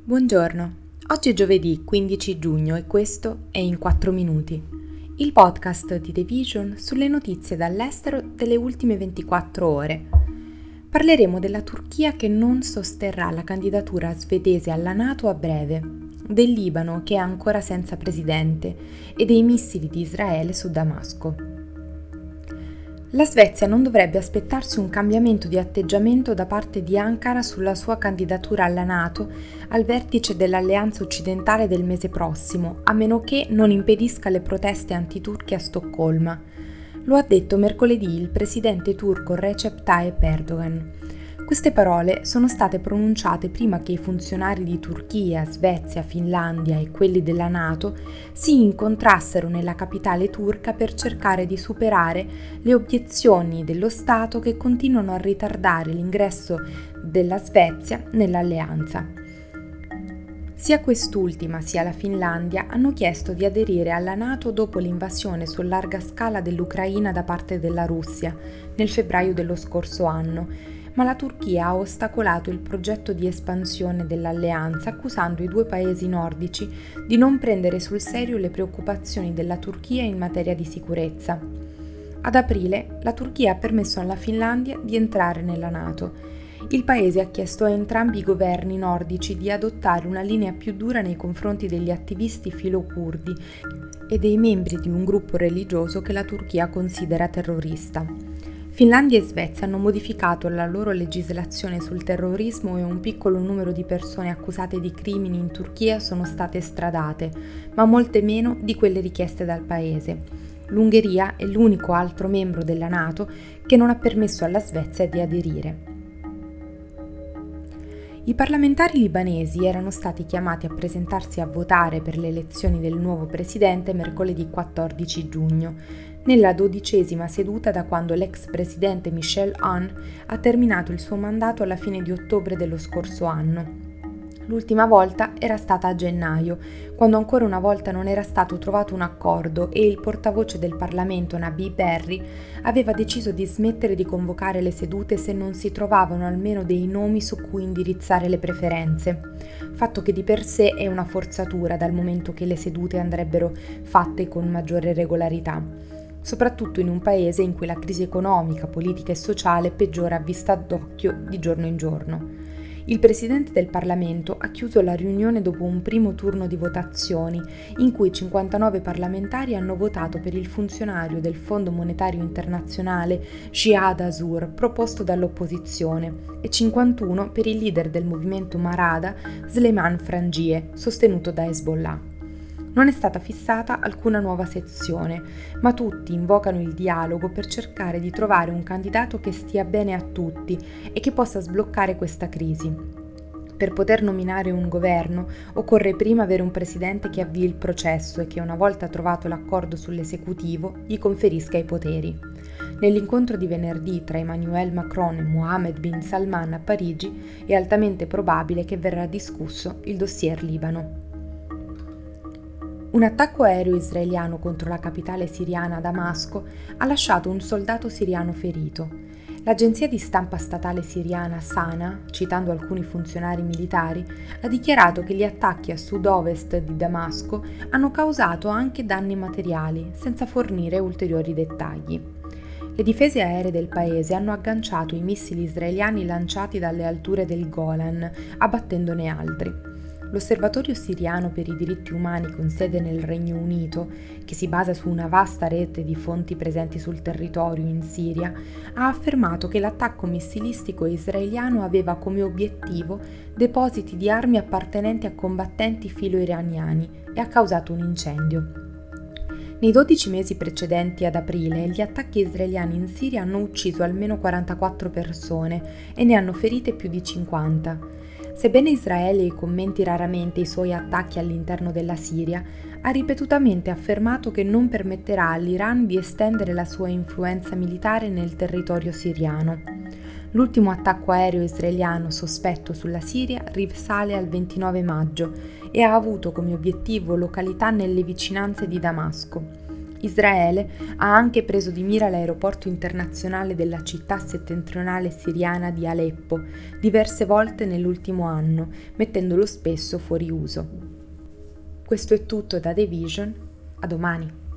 Buongiorno, oggi è giovedì 15 giugno e questo è In 4 Minuti, il podcast di The Vision sulle notizie dall'estero delle ultime 24 ore. Parleremo della Turchia che non sosterrà la candidatura svedese alla NATO a breve, del Libano che è ancora senza presidente e dei missili di Israele su Damasco. La Svezia non dovrebbe aspettarsi un cambiamento di atteggiamento da parte di Ankara sulla sua candidatura alla NATO al vertice dell'Alleanza occidentale del mese prossimo, a meno che non impedisca le proteste antiturche a Stoccolma. Lo ha detto mercoledì il presidente turco Recep Tayyip Erdogan. Queste parole sono state pronunciate prima che i funzionari di Turchia, Svezia, Finlandia e quelli della NATO si incontrassero nella capitale turca per cercare di superare le obiezioni dello Stato che continuano a ritardare l'ingresso della Svezia nell'alleanza. Sia quest'ultima sia la Finlandia hanno chiesto di aderire alla NATO dopo l'invasione su larga scala dell'Ucraina da parte della Russia nel febbraio dello scorso anno, ma la Turchia ha ostacolato il progetto di espansione dell'alleanza accusando i due paesi nordici di non prendere sul serio le preoccupazioni della Turchia in materia di sicurezza. Ad aprile la Turchia ha permesso alla Finlandia di entrare nella NATO. Il paese ha chiesto a entrambi i governi nordici di adottare una linea più dura nei confronti degli attivisti filo-curdi e dei membri di un gruppo religioso che la Turchia considera terrorista. Finlandia e Svezia hanno modificato la loro legislazione sul terrorismo e un piccolo numero di persone accusate di crimini in Turchia sono state estradate, ma molte meno di quelle richieste dal paese. L'Ungheria è l'unico altro membro della NATO che non ha permesso alla Svezia di aderire. I parlamentari libanesi erano stati chiamati a presentarsi a votare per le elezioni del nuovo presidente mercoledì 14 giugno, nella 12ª seduta da quando l'ex presidente Michel Aoun ha terminato il suo mandato alla fine di ottobre dello scorso anno. L'ultima volta era stata a gennaio, quando ancora una volta non era stato trovato un accordo e il portavoce del Parlamento Nabi Berri aveva deciso di smettere di convocare le sedute se non si trovavano almeno dei nomi su cui indirizzare le preferenze, fatto che di per sé è una forzatura dal momento che le sedute andrebbero fatte con maggiore regolarità, soprattutto in un paese in cui la crisi economica, politica e sociale peggiora a vista d'occhio di giorno in giorno. Il presidente del Parlamento ha chiuso la riunione dopo un primo turno di votazioni, in cui 59 parlamentari hanno votato per il funzionario del Fondo Monetario Internazionale Jihad Azur proposto dall'opposizione e 51 per il leader del movimento Marada Sleiman Frangieh, sostenuto da Hezbollah. Non è stata fissata alcuna nuova sezione, ma tutti invocano il dialogo per cercare di trovare un candidato che stia bene a tutti e che possa sbloccare questa crisi. Per poter nominare un governo occorre prima avere un presidente che avvii il processo e che una volta trovato l'accordo sull'esecutivo gli conferisca i poteri. Nell'incontro di venerdì tra Emmanuel Macron e Mohammed bin Salman a Parigi è altamente probabile che verrà discusso il dossier Libano. Un attacco aereo israeliano contro la capitale siriana Damasco ha lasciato un soldato siriano ferito. L'agenzia di stampa statale siriana Sana, citando alcuni funzionari militari, ha dichiarato che gli attacchi a sud-ovest di Damasco hanno causato anche danni materiali, senza fornire ulteriori dettagli. Le difese aeree del paese hanno agganciato i missili israeliani lanciati dalle alture del Golan, abbattendone altri. L'Osservatorio siriano per i diritti umani con sede nel Regno Unito, che si basa su una vasta rete di fonti presenti sul territorio in Siria, ha affermato che l'attacco missilistico israeliano aveva come obiettivo depositi di armi appartenenti a combattenti filo-iraniani e ha causato un incendio. Nei 12 mesi precedenti ad aprile, gli attacchi israeliani in Siria hanno ucciso almeno 44 persone e ne hanno ferite più di 50. Sebbene Israele commenti raramente i suoi attacchi all'interno della Siria, ha ripetutamente affermato che non permetterà all'Iran di estendere la sua influenza militare nel territorio siriano. L'ultimo attacco aereo israeliano sospetto sulla Siria risale al 29 maggio e ha avuto come obiettivo località nelle vicinanze di Damasco. Israele ha anche preso di mira l'aeroporto internazionale della città settentrionale siriana di Aleppo diverse volte nell'ultimo anno, mettendolo spesso fuori uso. Questo è tutto da The Vision, a domani.